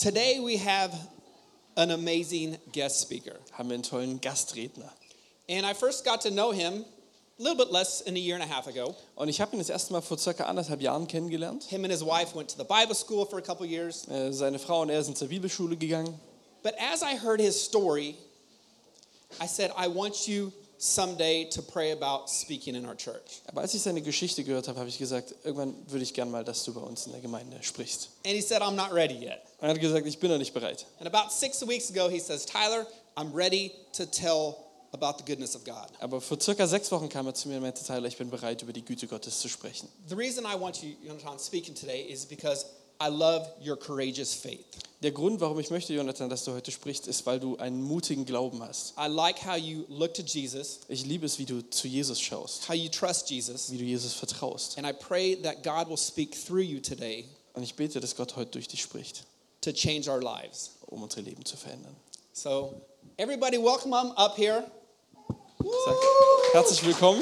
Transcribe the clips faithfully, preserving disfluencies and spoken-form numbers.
Today we have an amazing guest speaker. Haben wir einen tollen Gastredner. And I first got to know him a little bit less than a year and a half ago. Und ich habe ihn das erste Mal vor circa anderthalb Jahren kennengelernt. Him and his wife went to the Bible school for a couple years. Äh, seine Frau und er sind zur Bibelschule gegangen. But as I heard his story, I said, I want you someday to pray about speaking in our church. Aber als ich seine Geschichte gehört habe, habe ich gesagt, irgendwann würde ich gern mal, dass du bei uns in der Gemeinde sprichst. And he said, I'm not ready yet. Er hat gesagt, ich bin noch nicht bereit. And about six weeks ago, he says, Tyler, I'm ready to tell about the goodness of God. Aber vor circa sechs Wochen kam er zu mir und meinte, Tyler, ich bin bereit, über die Güte Gottes zu sprechen. The reason I want you, Jonathan, speaking today is because I love your courageous faith. Der Grund, warum ich möchte, Jonathan, dass du heute sprichst, ist, weil du einen mutigen Glauben hast. I like how you look to Jesus, Ich liebe es, wie du zu Jesus schaust, how you trust Jesus, wie du Jesus vertraust. and I pray that God will speak through you today Und ich bete, dass Gott heute durch dich spricht, to change our lives. um unsere Leben zu verändern. So, everybody welcome him up here. Sag, herzlich willkommen.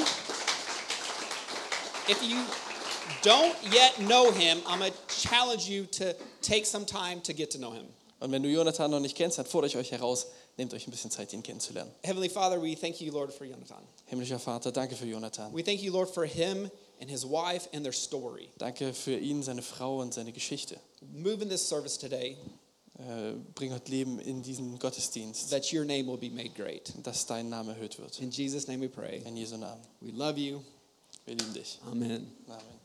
If you don't yet know him, I'm going to challenge you to take some time to get to know him. Und wenn du Jonathan noch nicht kennst, dann fordere ich euch heraus, nehmt euch ein bisschen Zeit, ihn kennenzulernen. Heavenly Father, we thank you, Lord, for Jonathan. Himmlischer Vater, danke für Jonathan. We thank you, Lord, for him and his wife and their story. Danke für ihn, seine Frau und seine Geschichte. Move in this service today, Äh, bring heute Leben in diesen Gottesdienst, that your name will be made great. dass dein Name erhöht wird. In Jesus' name we pray. In Jesu Namen. We love you. Wir lieben dich. Amen. Amen.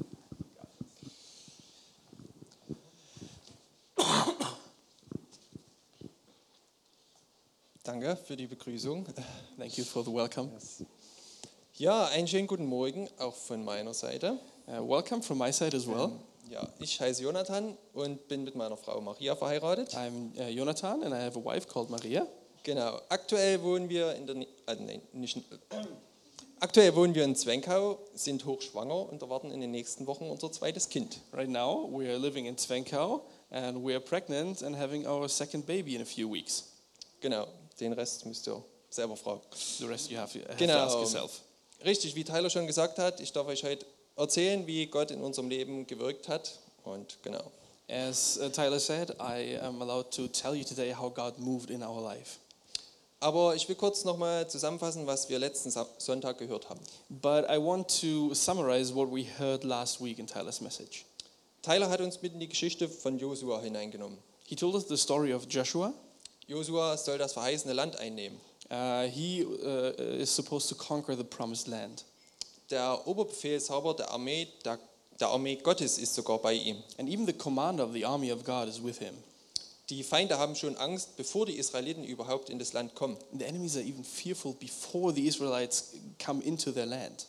Danke für die Begrüßung. Thank you for the welcome. Ja, einen schönen guten Morgen auch von meiner Seite. Uh, welcome from my side as well. Ja, ich heiße Jonathan und bin mit meiner Frau Maria verheiratet. I'm uh, Jonathan and I have a wife called Maria. Genau. Aktuell wohnen wir in der Nä- äh, nein, nicht, äh, aktuell wohnen wir in Zwenkau, sind hochschwanger und erwarten in den nächsten Wochen unser zweites Kind. Right now we are living in Zwenkau and we are pregnant and having our second baby in a few weeks. Genau. Den Rest müsst ihr selber fragen. The rest you have, have Genau. to ask yourself. Richtig, wie Tyler schon gesagt hat, ich darf euch heute erzählen, wie Gott in unserem Leben gewirkt hat. Und genau. As uh, Tyler said, I am allowed to tell you today how God moved in our life. Aber ich will kurz nochmal zusammenfassen, was wir letzten Sa- Sonntag gehört haben. But I want to summarize what we heard last week in Tyler's message. Tyler hat uns mit in die Geschichte von Josua hineingenommen. He told us the story of Joshua. Josua soll das verheißene Land einnehmen. Uh, he uh, is supposed to conquer the promised land. Der Oberbefehlshaber der Armee, der, der Armee Gottes ist sogar bei ihm. And even the commander of the army of God is with him. Die Feinde haben schon Angst, bevor die Israeliten überhaupt in das Land kommen. The enemies are even fearful before the Israelites come into their land.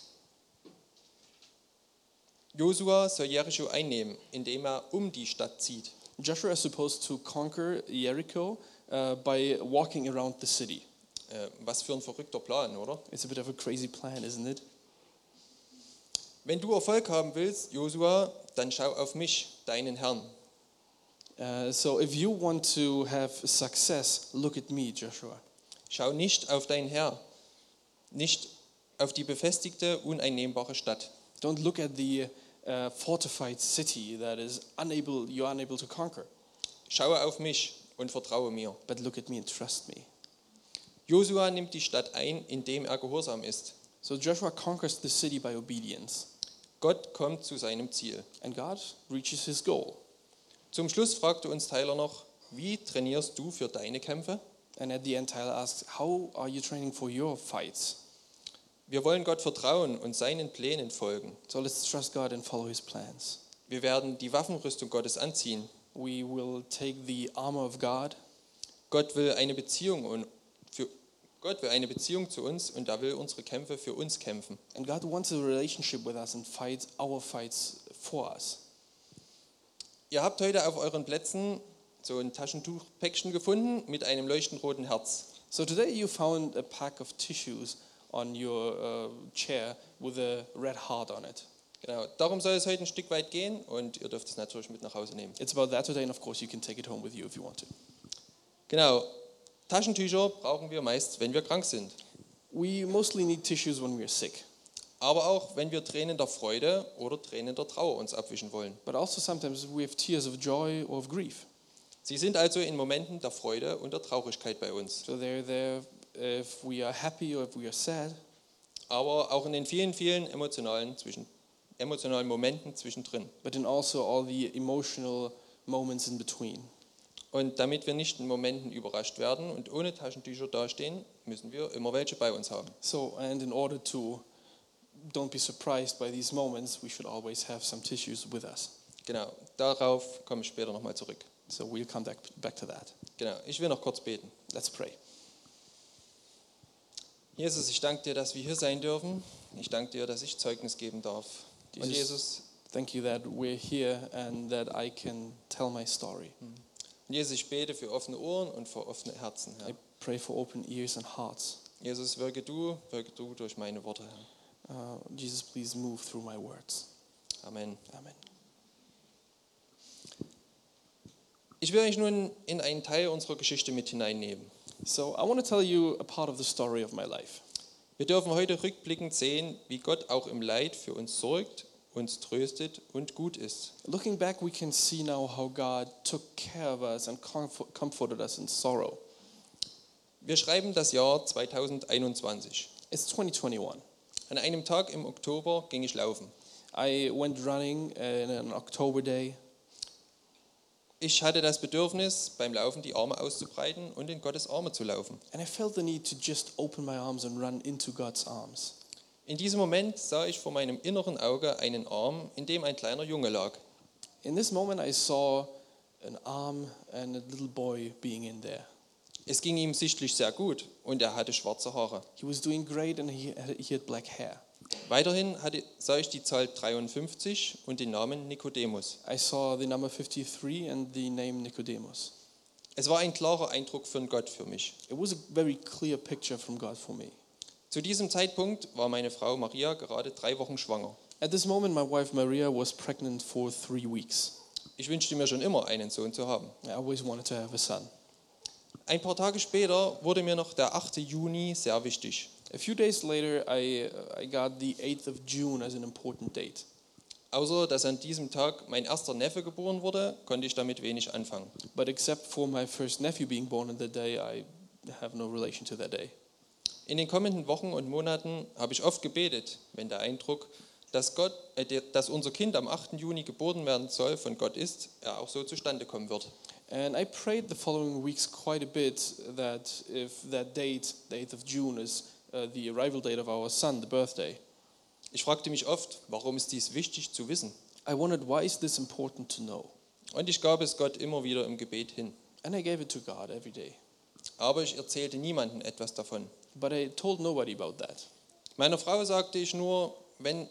Josua soll Jericho einnehmen, indem er um die Stadt zieht. Joshua is supposed to conquer Jericho uh, by walking around the city. Äh, was für ein verrückter Plan, oder? It's a bit of a crazy plan, isn't it? Wenn du Erfolg haben willst, Josua, dann schau auf mich, deinen Herrn. Uh, so if you want to have success, look at me, Joshua. Schau nicht auf deinen Herr, nicht auf die befestigte, uneinnehmbare Stadt. Don't look at the uh, fortified city that is unable, you're unable to conquer, Schaue auf mich und vertraue mir. but look at me and trust me. Josua nimmt die Stadt ein, indem er gehorsam ist. So Joshua conquers the city by obedience, Gott kommt zu seinem Ziel. and God reaches his goal. Zum Schluss fragte uns Tyler noch, wie trainierst du für deine Kämpfe? And at the end, Tyler asks, how are you training for your fights? Wir wollen Gott vertrauen und seinen Plänen folgen. So let's trust God and follow his plans. Wir werden die Waffenrüstung Gottes anziehen. We will take the armor of God. Gott will eine Beziehung und für Gott will eine Beziehung zu uns und er will unsere Kämpfe für uns kämpfen. And God wants a relationship with us and fights our fights for us. Ihr habt heute auf euren Plätzen so ein Taschentuchpäckchen gefunden mit einem leuchtend roten Herz. So today you found a pack of tissues on your uh, chair with a red heart on it. Genau, darum soll es heute ein Stück weit gehen und ihr dürft es natürlich mit nach Hause nehmen. It's about that today, and of course you can take it home with you if you want to. Genau, Taschentücher brauchen wir meist, wenn wir krank sind. We mostly need tissues when we're sick, Aber auch, wenn wir Tränen der Freude oder Tränen der Trauer uns abwischen wollen. but also sometimes we have tears of joy or of grief. Sie sind also in Momenten der Freude und der Traurigkeit bei uns, So they're there if we are happy or if we are sad, aber auch in den vielen, vielen emotionalen, zwischen, emotionalen Momenten zwischendrin. but in also all the emotional moments in between. Und damit wir nicht in Momenten überrascht werden und ohne Taschentücher dastehen, müssen wir immer welche bei uns haben. So, and in order to don't be surprised by these moments, we should always have some tissues with us. Genau, darauf komme ich später nochmal zurück. So we'll come back, back to that. Genau, ich will noch kurz beten. Let's pray. Jesus, ich danke dir, dass wir hier sein dürfen. Ich danke dir, dass ich Zeugnis geben darf. Und Jesus, Jesus, thank you that we're here and that I can tell my story. und Jesus, ich bete für offene Ohren und für offene Herzen, Herr. I pray for open ears and hearts. Jesus, wirke du, wirke du durch meine Worte, Herr. Uh, Jesus, please move through my words. Amen. Amen. Ich will euch nun in einen Teil unserer Geschichte mit hineinnehmen. So I want to tell you a part of the story of my life. Wir dürfen heute rückblickend sehen, wie Gott auch im Leid für uns sorgt, uns tröstet und gut ist. Looking back, we can see now how God took care of us and comfort, comforted us in sorrow. Wir schreiben das Jahr zweitausendeinundzwanzig. It's twenty twenty-one. An einem Tag im Oktober ging ich laufen. I went running in an October day. Ich hatte das Bedürfnis, beim Laufen die Arme auszubreiten und in Gottes Arme zu laufen. And I felt the need to just open my arms and run into God's arms. In diesem Moment sah ich vor meinem inneren Auge einen Arm, in dem ein kleiner Junge lag. In this moment, I saw an arm and a little boy being in there. Es ging ihm sichtlich sehr gut und er hatte schwarze Haare. He was doing great and he had, he had black hair. Weiterhin hatte, sah ich die Zahl dreiundfünfzig und den Namen Nikodemus. I saw the number fifty-three and the name Nicodemus. Es war ein klarer Eindruck von Gott für mich. It was a very clear picture from God for me. Zu diesem Zeitpunkt war meine Frau Maria gerade drei Wochen schwanger. At this moment, my wife Maria was pregnant for three weeks. Ich wünschte mir schon immer, einen Sohn zu haben. I always wanted to have a son. Ein paar Tage später wurde mir noch der achte Juni sehr wichtig. A few days later, I, uh, I got the eighth of June as an important date. Außer dass an diesem Tag mein erster Neffe geboren wurde, konnte ich damit wenig anfangen. But except for my first nephew being born on that day, I have no relation to that day. In den kommenden Wochen und Monaten habe ich oft gebetet, wenn der Eindruck, dass, Gott, äh, der- dass unser Kind am achten Juni geboren werden soll, von Gott ist, er auch so zustande kommen wird. And I prayed the following weeks quite a bit that if that date, the eighth of June, is uh, the arrival date of our son, the birthday. Ich fragte mich oft, warum ist dies wichtig zu wissen? I wondered, why is this important to know? Und ich gab es Gott immer wieder im Gebet hin. And I gave it to God every day. Aber ich erzählte niemandem etwas davon. But I told nobody about that. Meiner Frau sagte ich nur, wenn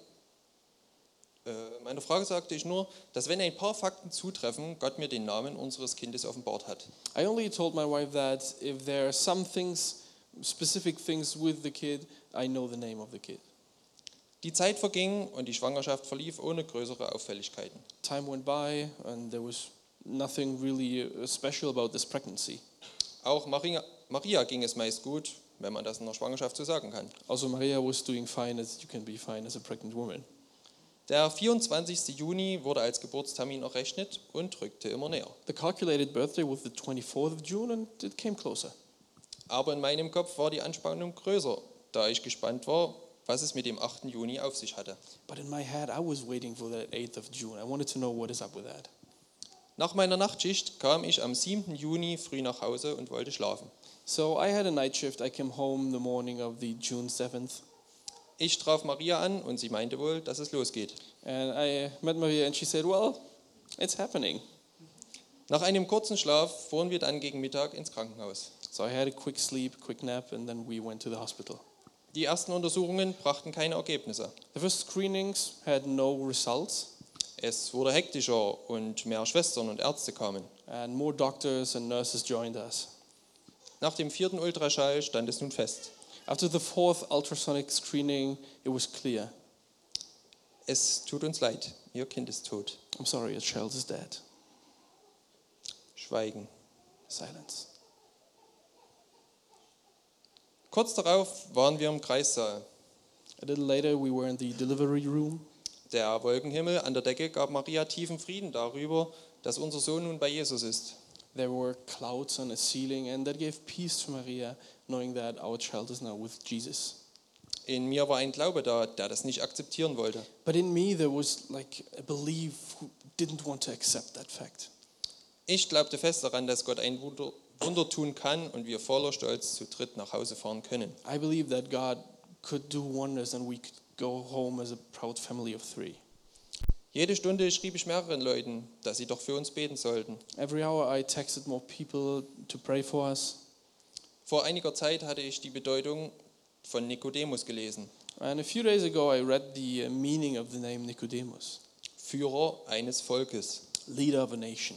äh, meiner Frau sagte ich nur, dass wenn ein paar Fakten zutreffen, Gott mir den Namen unseres Kindes offenbart hat. I only told my wife that if there are some things, specific things with the kid, I know the name of the kid. Die Zeit verging und die Schwangerschaft verlief ohne größere Auffälligkeiten. Time went by and there was nothing really uh, special about this pregnancy. Auch Maria, Maria ging es meist gut, wenn man das in der Schwangerschaft so sagen kann. Also Maria was doing fine as you can be fine as a pregnant woman. Der vierundzwanzigste Juni wurde als Geburtstermin errechnet und rückte immer näher. The calculated birthday was the twenty-fourth of June and it came closer. Aber in meinem Kopf war die Anspannung größer, da ich gespannt war, was es mit dem achten Juni auf sich hatte. But in my head I was waiting for that eighth of June. I wanted to know what is up with that. Nach meiner Nachtschicht kam ich am siebten Juni früh nach Hause und wollte schlafen. So I had a night shift. I came home the morning of the June seventh. Ich traf Maria an und sie meinte wohl, dass es losgeht. And I met Maria and she said, well, it's happening. Nach einem kurzen Schlaf fuhren wir dann gegen Mittag ins Krankenhaus. So I had a quick sleep, quick nap, and then we went to the hospital. Die ersten Untersuchungen brachten keine Ergebnisse. The first screenings had no results, Es wurde hektischer und mehr Schwestern und Ärzte kamen. and more doctors and nurses joined us. Nach dem vierten Ultraschall stand es nun fest. After the fourth ultrasonic screening, it was clear. Es tut uns leid, Ihr Kind ist tot. I'm sorry, your child is dead. Schweigen. Silence. Kurz darauf waren wir im Kreissaal. A little later, we were in the delivery room. Der Wolkenhimmel an der Decke gab Maria tiefen Frieden darüber, dass unser Sohn nun bei Jesus ist. there were clouds on the ceiling, and that gave peace to Maria, knowing that our child is now with Jesus. In mir war ein Glaube da, der das nicht akzeptieren wollte. But in me, there was like a belief who didn't want to accept that fact. Ich glaubte fest daran, dass Gott ein Wunder, Wunder tun kann und wir voller Stolz zu dritt nach Hause fahren können. I believe that God could do wonders and we could go home as a proud family of three. Jede Stunde schrieb ich mehreren Leuten, dass sie doch für uns beten sollten. Every hour I texted more people to pray for us. Vor einiger Zeit hatte ich die Bedeutung von Nikodemus gelesen. And a few days ago I read the uh, meaning of the name Nicodemus, Führer eines Volkes. leader of a nation.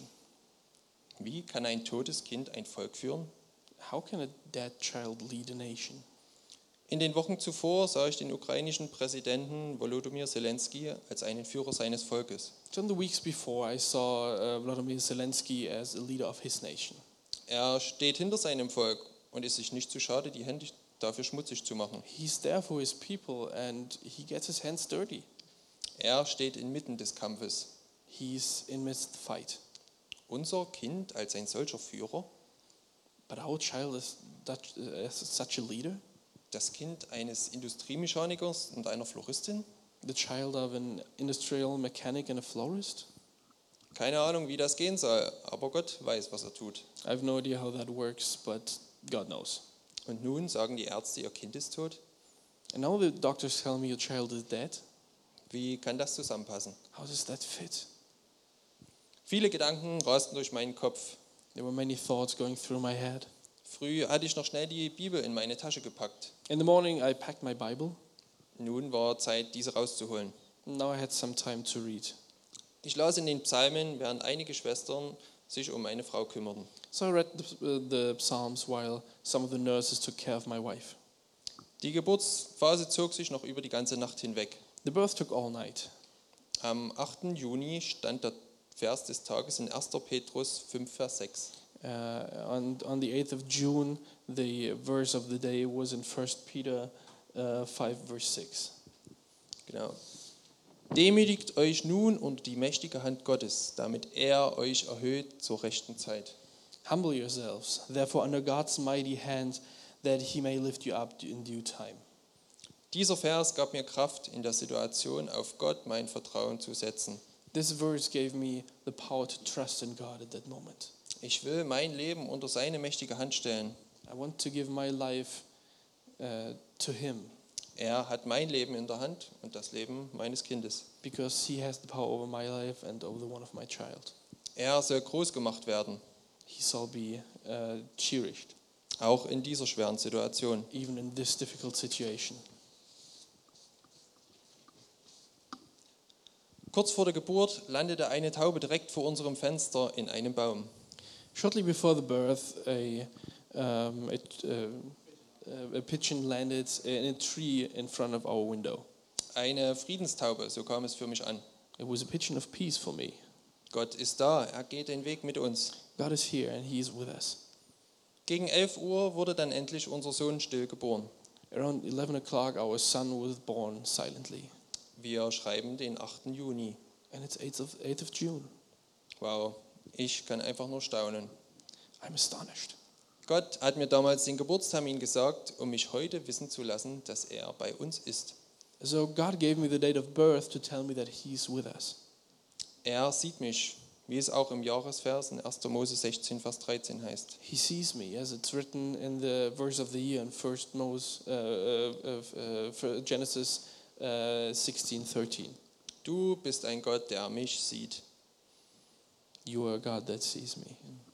Wie kann ein totes Kind ein Volk führen? How can a dead child lead a nation? In den Wochen zuvor sah ich den ukrainischen Präsidenten Volodymyr Zelensky als einen Führer seines Volkes. So in the weeks before I saw uh, Volodymyr Zelensky as a leader of his nation. Er steht hinter seinem Volk und ist sich nicht zu schade, die Hände dafür schmutzig zu machen. He's there for his people and he gets his hands dirty. Er steht inmitten des Kampfes. He's in midst of the fight. Unser Kind als ein solcher Führer, But our child is that, uh, as such a leader, das Kind eines Industriemechanikers und einer Floristin. the child of an industrial mechanic and a florist. Keine Ahnung, wie das gehen soll, aber Gott weiß, was er tut. I have no idea how that works, but God knows. Und nun sagen die Ärzte, ihr Kind ist tot. And now the doctors tell me your child is dead. Wie kann das zusammenpassen? How does that fit? Viele Gedanken rasten durch meinen Kopf. There were many thoughts going through my head. Früh hatte ich noch schnell die Bibel in meine Tasche gepackt. In the morning, I packed my Bible. Nun war Zeit, diese rauszuholen. Now I had some time to read. Ich las in den Psalmen, während einige Schwestern sich um meine Frau kümmerten. So I read the, uh, the Psalms while some of the nurses took care of my wife. Die Geburtsphase zog sich noch über die ganze Nacht hinweg. The birth took all night. Am achten Juni stand der Vers des Tages in erster Petrus fünf, Vers sechs. Uh, on, on the eighth of June, the verse of the day was in First Peter uh, five, verse six. Genau. Demütigt euch nun unter die mächtige Hand Gottes, damit er euch erhöht zur rechten Zeit. Humble yourselves, therefore, under God's mighty hand, that he may lift you up in due time. Dieser Vers gab mir Kraft, in der Situation auf Gott mein Vertrauen zu setzen. This verse gave me the power to trust in God at that moment. Ich will mein Leben unter seine mächtige Hand stellen. I want to give my life uh, to him Er hat mein Leben in der Hand und das Leben meines Kindes. because he has the power over my life and over the one of my child. Er soll groß gemacht werden, He shall be uh, cherished, auch in dieser schweren Situation. even in this difficult situation. Kurz vor der Geburt landete eine Taube direkt vor unserem Fenster in einem Baum. Shortly before the birth, a, um, a, uh, a pigeon landed in a tree in front of our window. Eine Friedenstaube, so kam es für mich an. It was a pigeon of peace for me. Gott ist da, er geht den Weg mit uns. God is here and he is with us. Gegen elf Uhr wurde dann endlich unser Sohn still geboren. Around eleven o'clock, our son was born silently. Wir schreiben den achten Juni. And it's eighth of, eighth of June. Wow, ich kann einfach nur staunen. I'm astonished. Gott hat mir damals den Geburtstermin gesagt, um mich heute wissen zu lassen, dass er bei uns ist. So God gave me the date of birth to tell me that he's with us. Er sieht mich, wie es auch im Jahresvers in erster Mose sechzehn, Vers dreizehn heißt. He sees me, as it's written in the verse of the year in First Moses, uh, uh, uh, Genesis uh, sixteen thirteen. Du bist ein Gott, der mich sieht. You are a God that sees me.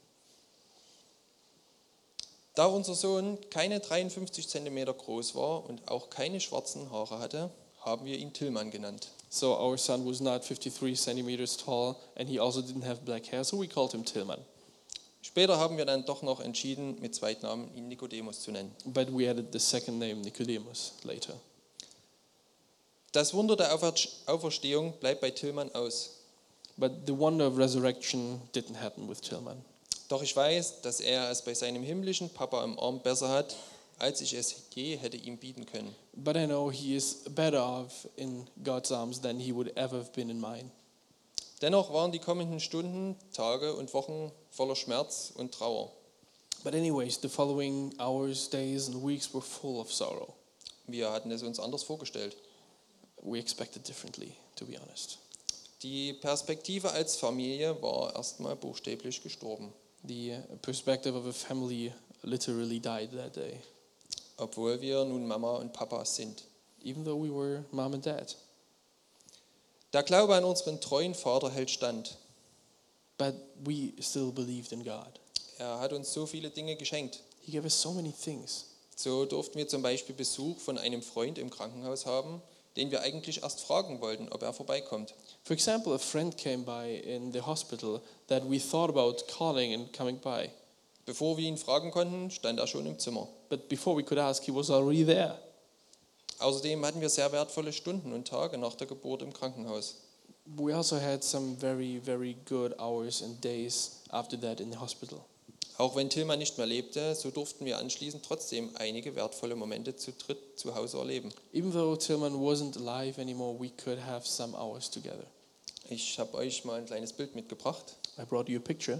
Da unser Sohn keine dreiundfünfzig Zentimeter groß war und auch keine schwarzen Haare hatte, haben wir ihn Tillmann genannt. So our son was not fifty-three centimeters tall, and he also didn't have black hair, so we called him Tillman. Später haben wir dann doch noch entschieden, mit Zweitnamen ihn Nikodemus zu nennen. But we added the second name, Nicodemus, later. Das Wunder der Aufer- Auferstehung bleibt bei Tillmann aus. But the wonder of resurrection didn't happen with Tillman. Doch ich weiß, dass er es bei seinem himmlischen Papa im Arm besser hat, als ich es je hätte ihm bieten können. But I know he is better off in God's arms than he would ever have been in mine. Dennoch waren die kommenden Stunden, Tage und Wochen voller Schmerz und Trauer. But anyways, the following hours, days and weeks were full of sorrow. Wir hatten es uns anders vorgestellt. We expected differently, to be honest. Die Perspektive als Familie war erstmal buchstäblich gestorben, The uh, perspective of a family literally died that day, obwohl wir nun Mama und Papa sind. even though we were mom and dad. Der Glaube an unseren treuen Vater hält stand. But we still believed in God. Er hat uns so viele Dinge geschenkt. He gave us so many things. So durften wir zum Beispiel Besuch von einem Freund im Krankenhaus haben, den wir eigentlich erst fragen wollten, ob er vorbeikommt. For example, a friend came by in the hospital that we thought about calling and coming by. Bevor wir ihn fragen konnten, stand er schon im Zimmer. But before we could ask, he was already there. Außerdem hatten wir sehr wertvolle Stunden und Tage nach der Geburt im Krankenhaus. We also had some very, very good hours and days after that in the hospital. Auch wenn Tillmann nicht mehr lebte, so durften wir anschließend trotzdem einige wertvolle Momente zu dritt zu Hause erleben. Even though Tillman wasn't alive anymore, we could have some hours together. Ich habe euch mal ein kleines Bild mitgebracht. I brought you a picture.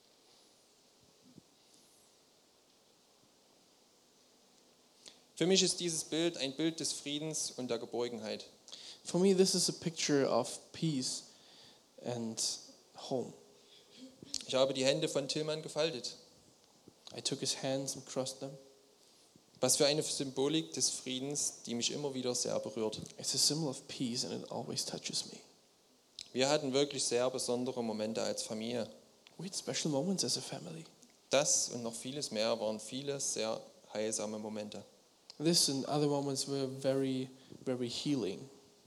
Für mich ist dieses Bild ein Bild des Friedens und der Geborgenheit. For me, this is a picture of peace and home. Ich habe die Hände von Tillmann gefaltet. I took his hands and crossed them. Was für eine Symbolik des Friedens, die mich immer wieder sehr berührt. It's a symbol of peace and it always touches me. Wir hatten wirklich sehr besondere Momente als Familie. We had special moments as a family. Das und noch vieles mehr waren viele sehr heilsame Momente. This and other moments were very, very healing.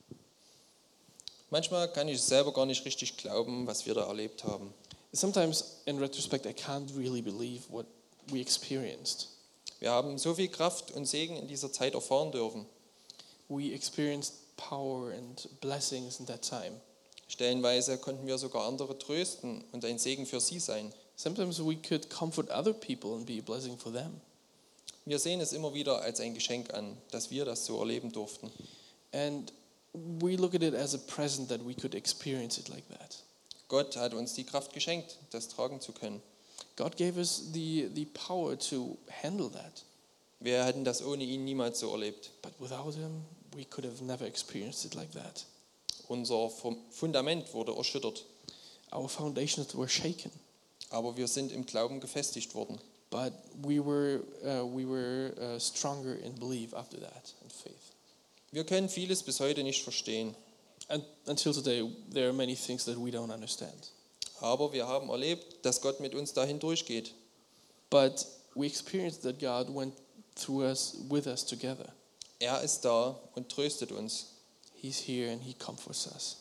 Manchmal kann ich es selber gar nicht richtig glauben, was wir da erlebt haben. Sometimes, in retrospect, I can't really believe what we experienced. Wir haben so viel Kraft und Segen in dieser Zeit erfahren dürfen. We experienced power and blessings in that time. Stellenweise konnten wir sogar andere trösten und ein Segen für sie sein. Sometimes we could comfort other people and be a blessing for them. Wir sehen es immer wieder als ein Geschenk an, dass wir das so erleben durften. And we look at it as a present that we could experience it like that. Gott hat uns die Kraft geschenkt, das tragen zu können. God gave us the, the power to handle that. Wir hätten das ohne ihn niemals so erlebt. But without him, we could have never experienced it like that. Unser Fundament wurde erschüttert, Our foundations were shaken, aber wir sind im Glauben gefestigt worden. but we were, uh, we were uh, stronger in belief after that, and faith. Wir können vieles bis heute nicht verstehen, And until today, there are many things that we don't understand. aber wir haben erlebt, dass Gott mit uns dahin durchgeht. But we experienced that God went through us, with us together. Er ist da und tröstet uns. He's here and he comforts us.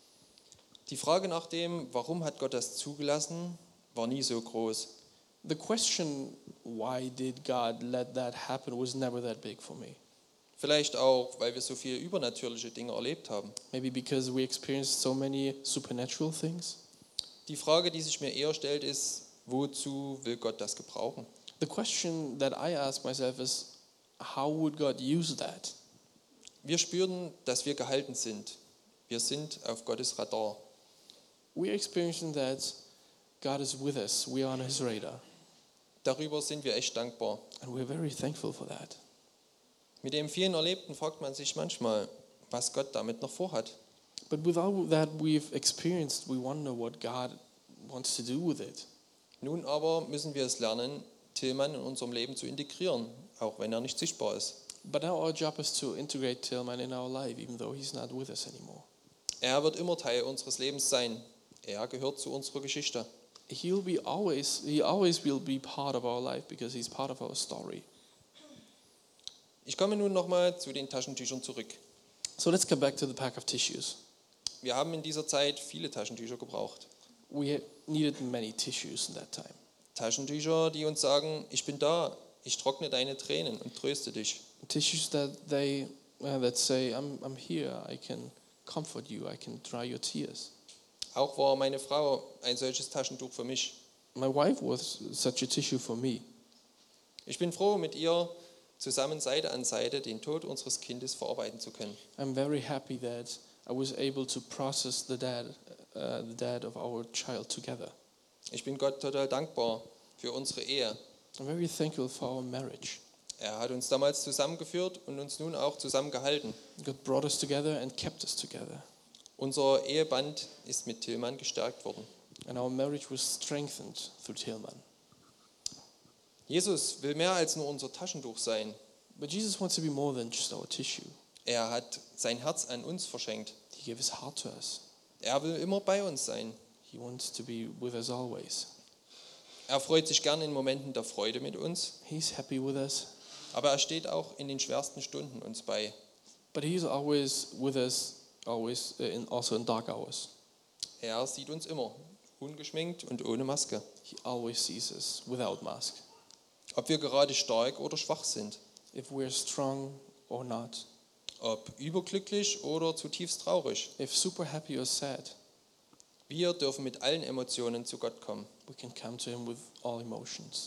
Die Frage nach dem, warum hat Gott das zugelassen, war nie so groß. The question, why did God let that happen, was never that big for me. Vielleicht auch, weil wir so viele übernatürliche Dinge erlebt haben. Maybe because we experienced so many supernatural things. Die Frage, die sich mir eher stellt, ist, wozu will Gott das gebrauchen? The question that I ask myself is, how would God use that? Wir spüren, dass wir gehalten sind. Wir sind auf Gottes Radar. We're experiencing that God is with us. We are on his radar. Darüber sind wir echt dankbar. And we're very thankful for that. Mit dem vielen Erlebten fragt man sich manchmal, was Gott damit noch vorhat. But with all that we've experienced, we wonder what God wants to do with it. Nun aber müssen wir es lernen, Tillmann in unserem Leben zu integrieren, auch wenn er nicht sichtbar ist. But now our job is to integrate Tillman in our life, even though he's not with us anymore. Er wird immer Teil unseres Lebens sein. Er gehört zu unserer Geschichte. He'll be always, he always will be part of our life because he's part of our story. Ich komme nun nochmal zu den Taschentüchern zurück. So let's come back to the pack of tissues. Wir haben in dieser Zeit viele Taschentücher gebraucht. We needed many tissues in that time. Taschentücher, die uns sagen, ich bin da, ich trockne deine Tränen und tröste dich. Tissues that they uh, that say, I'm, I'm here, I can comfort you, I can dry your tears. Auch war meine Frau ein solches Taschentuch für mich. My wife was such a tissue for me. Ich bin froh, mit ihr zusammen Seite an Seite den Tod unseres Kindes verarbeiten zu können. I'm very happy that I was able to process the, dad, uh, the dad of our child together. Ich bin Gott total dankbar für unsere Ehe. I'm very thankful for our marriage. Er hat uns damals zusammengeführt und uns nun auch zusammengehalten. God brought us together and kept us together. Unser Eheband ist mit Tillmann gestärkt worden. And our marriage was strengthened through Tillman. Jesus will mehr als nur unser Taschentuch sein. But Jesus wants to be more than just our tissue. Er hat sein Herz an uns verschenkt. He gave his heart to us. Er will immer bei uns sein. He wants to be with us always. Er freut sich gern in Momenten der Freude mit uns, He's happy with us, aber er steht auch in den schwersten Stunden uns bei. but he's always with us, always uh, in, also in dark hours. Er sieht uns immer, ungeschminkt und ohne Maske. He always sees us without mask. Ob wir gerade stark oder schwach sind, If we're strong or not, ob überglücklich oder zutiefst traurig. if super happy or sad, Wir dürfen mit allen Emotionen zu Gott kommen. we can come to him with all emotions.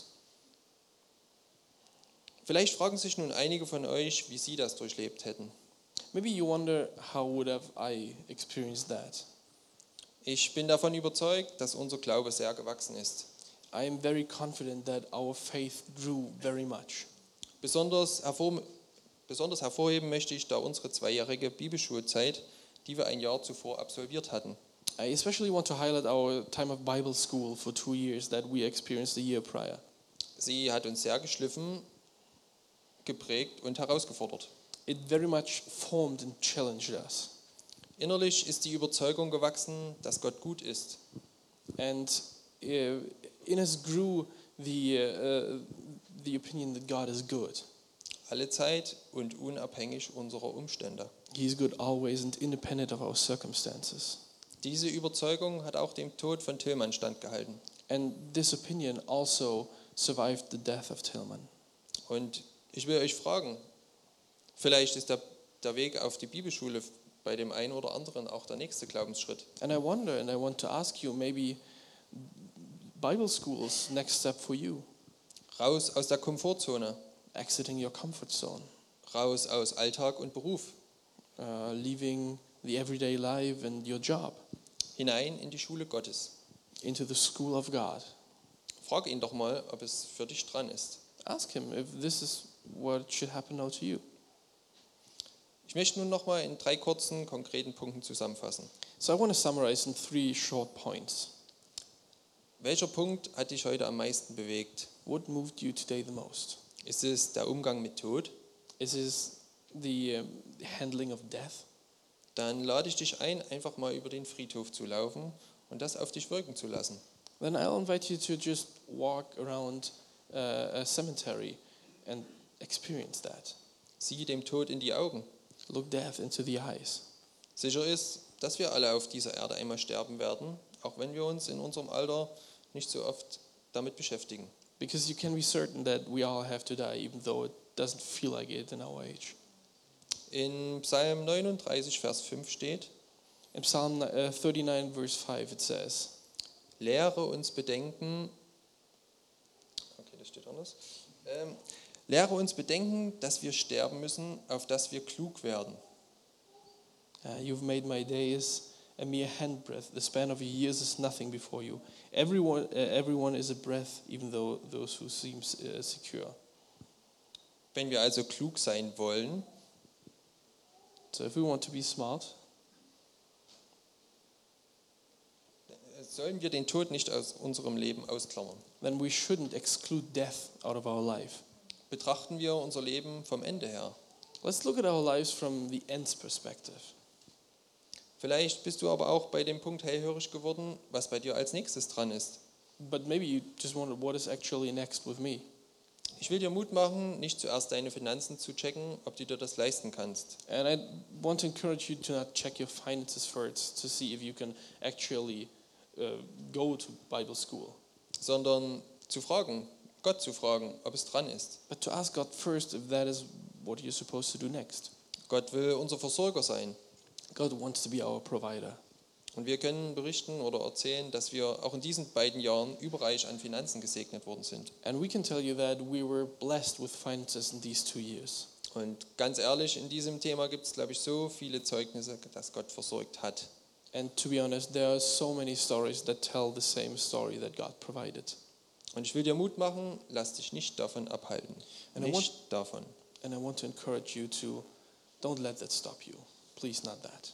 Vielleicht fragen sich nun einige von euch, wie sie das durchlebt hätten. Maybe you wonder, how would have I experienced that? Ich bin davon überzeugt, dass unser Glaube sehr gewachsen ist. I am very confident that our faith grew very much. Besonders, hervor, besonders hervorheben möchte ich da unsere zweijährige Bibelschulzeit, die wir ein Jahr zuvor absolviert hatten. I especially want to highlight our time of Bible school for two years that we experienced the year prior. Sie hat uns sehr geschliffen, geprägt und herausgefordert. It very much formed and challenged us. Innerlich ist die Überzeugung gewachsen, dass Gott gut ist. And uh, in us grew the, uh, the opinion that God is good. Alle Zeit und unabhängig unserer Umstände. He's good always and independent of our circumstances. Diese Überzeugung hat auch dem Tod von Tillmann standgehalten. And this opinion also survived the death of Tillman. Und ich will euch fragen, vielleicht ist der, der Weg auf die Bibelschule bei dem einen oder anderen auch der nächste Glaubensschritt. And I wonder, and I want to ask you, maybe Bible school's next step for you, Raus aus der Komfortzone, exiting your comfort zone, raus aus Alltag und Beruf, uh, leaving the everyday life and your job, hinein in die Schule Gottes. into the school of God. Frag ihn doch mal, ob es für dich dran ist. Ask him if this is what should happen now to you. Ich möchte nun nochmal in drei kurzen, konkreten Punkten zusammenfassen. So I want to summarize in three short points. Welcher Punkt hat dich heute am meisten bewegt? What moved you today the most? Ist es der Umgang mit Tod? Is it the um, handling of death? Dann lade ich dich ein, einfach mal über den Friedhof zu laufen und das auf dich wirken zu lassen. Then I'll invite you to just walk around uh, a cemetery and experience that. Sieh dem Tod in die Augen. Look death into the eyes. Sicher ist, dass wir alle auf dieser Erde einmal sterben werden, auch wenn wir uns in unserem Alter nicht so oft damit beschäftigen. Because you can be certain that we all have to die, even though it doesn't feel like it in our age. In Psalm neununddreißig, Vers fünf steht: In Psalm uh, thirty-nine, verse five, it says, Lehre uns bedenken, okay, das steht anders. Ähm, Lehre uns bedenken, dass wir sterben müssen, auf dass wir klug werden. uh, You've made my days a mere handbreadth. The span of years is nothing before you. Everyone, uh, everyone is a breath, even though those who seem uh, secure. Wenn wir also klug sein wollen, So if we want to be smart, sollen wir den Tod nicht aus unserem Leben ausklammern. then we shouldn't exclude death out of our life. Betrachten wir unser Leben vom Ende her. Let's look at our lives from the end's perspective. Vielleicht bist du aber auch bei dem Punkt hellhörig geworden, was bei dir als nächstes dran ist. But maybe you just wonder what is actually next with me. Ich will dir Mut machen, nicht zuerst deine Finanzen zu checken, ob du dir das leisten kannst, And I want to encourage you to not check your finances first to see if you can actually uh, go to Bible school, sondern zu fragen, Gott zu fragen, ob es dran ist. but to ask God first if that is what you're supposed to do next. Gott will unser Versorger sein. God wants to be our provider. Und wir können berichten oder erzählen, dass wir auch in diesen beiden Jahren überreich an Finanzen gesegnet worden sind. And we can tell you that we were blessed with finances in these two years. Und ganz ehrlich, in diesem Thema gibt es, glaube ich, so viele Zeugnisse, dass Gott versorgt hat. And to be honest, there are so many stories that tell the same story that God provided. Und ich will dir Mut machen, lass dich nicht davon abhalten. And I Nicht davon. And I want to encourage you to don't let that stop you. Please, not that.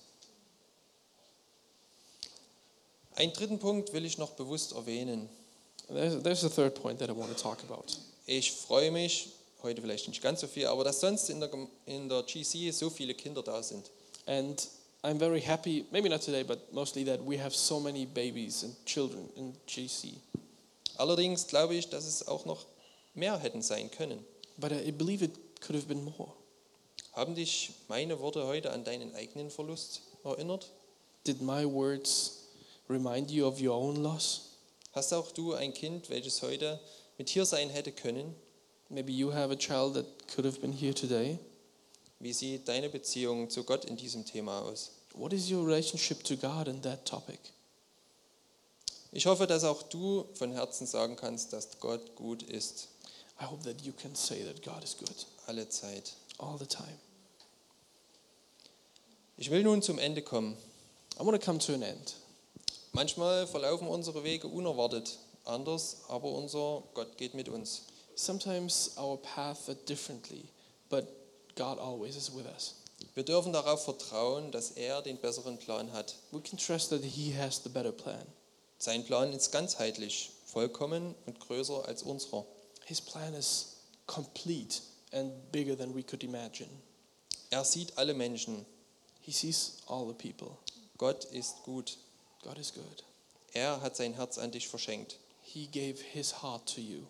Einen dritten Punkt will ich noch bewusst erwähnen. There's, there's a third point that I want to talk about. Ich freue mich, heute vielleicht nicht ganz so viel, aber dass sonst in der, Gem- in der G C so viele Kinder da sind. And I'm very happy, maybe not today, but mostly that we have so many babies and children in G C. Allerdings glaube ich, dass es auch noch mehr hätten sein können. But I believe it could have been more. Haben dich meine Worte heute an deinen eigenen Verlust erinnert? Did my words remind you of your own loss? Hast auch du ein Kind, welches heute mit hier sein hätte können? Maybe you have a child that could have been here today. Wie sieht deine Beziehung zu Gott in diesem Thema aus? What is your relationship to God in that topic? Ich hoffe, dass auch du von Herzen sagen kannst, dass Gott gut ist, I hope that you can say that God is good alle Zeit. all the time. Ich will nun zum Ende kommen. I want to come to an end. Manchmal verlaufen unsere Wege unerwartet anders, aber unser Gott geht mit uns. Sometimes our paths are differently, but God always is with us. Wir dürfen darauf vertrauen, dass er den besseren Plan hat. We can trust that He has the better plan. Sein Plan ist ganzheitlich, vollkommen und größer als unserer. His plan is complete and bigger than we could imagine. Er sieht alle Menschen. He sees all the people. Gott ist gut. God is good. Er hat sein Herz an dich verschenkt. He gave His heart to you.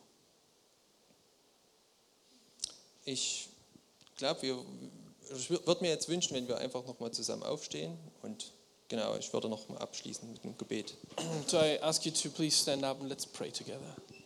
Ich glaube, wir, ich würde mir jetzt wünschen, wenn wir einfach nochmal zusammen aufstehen und genau, ich würde nochmal abschließen mit einem Gebet. So I ask you to please stand up and let's pray together.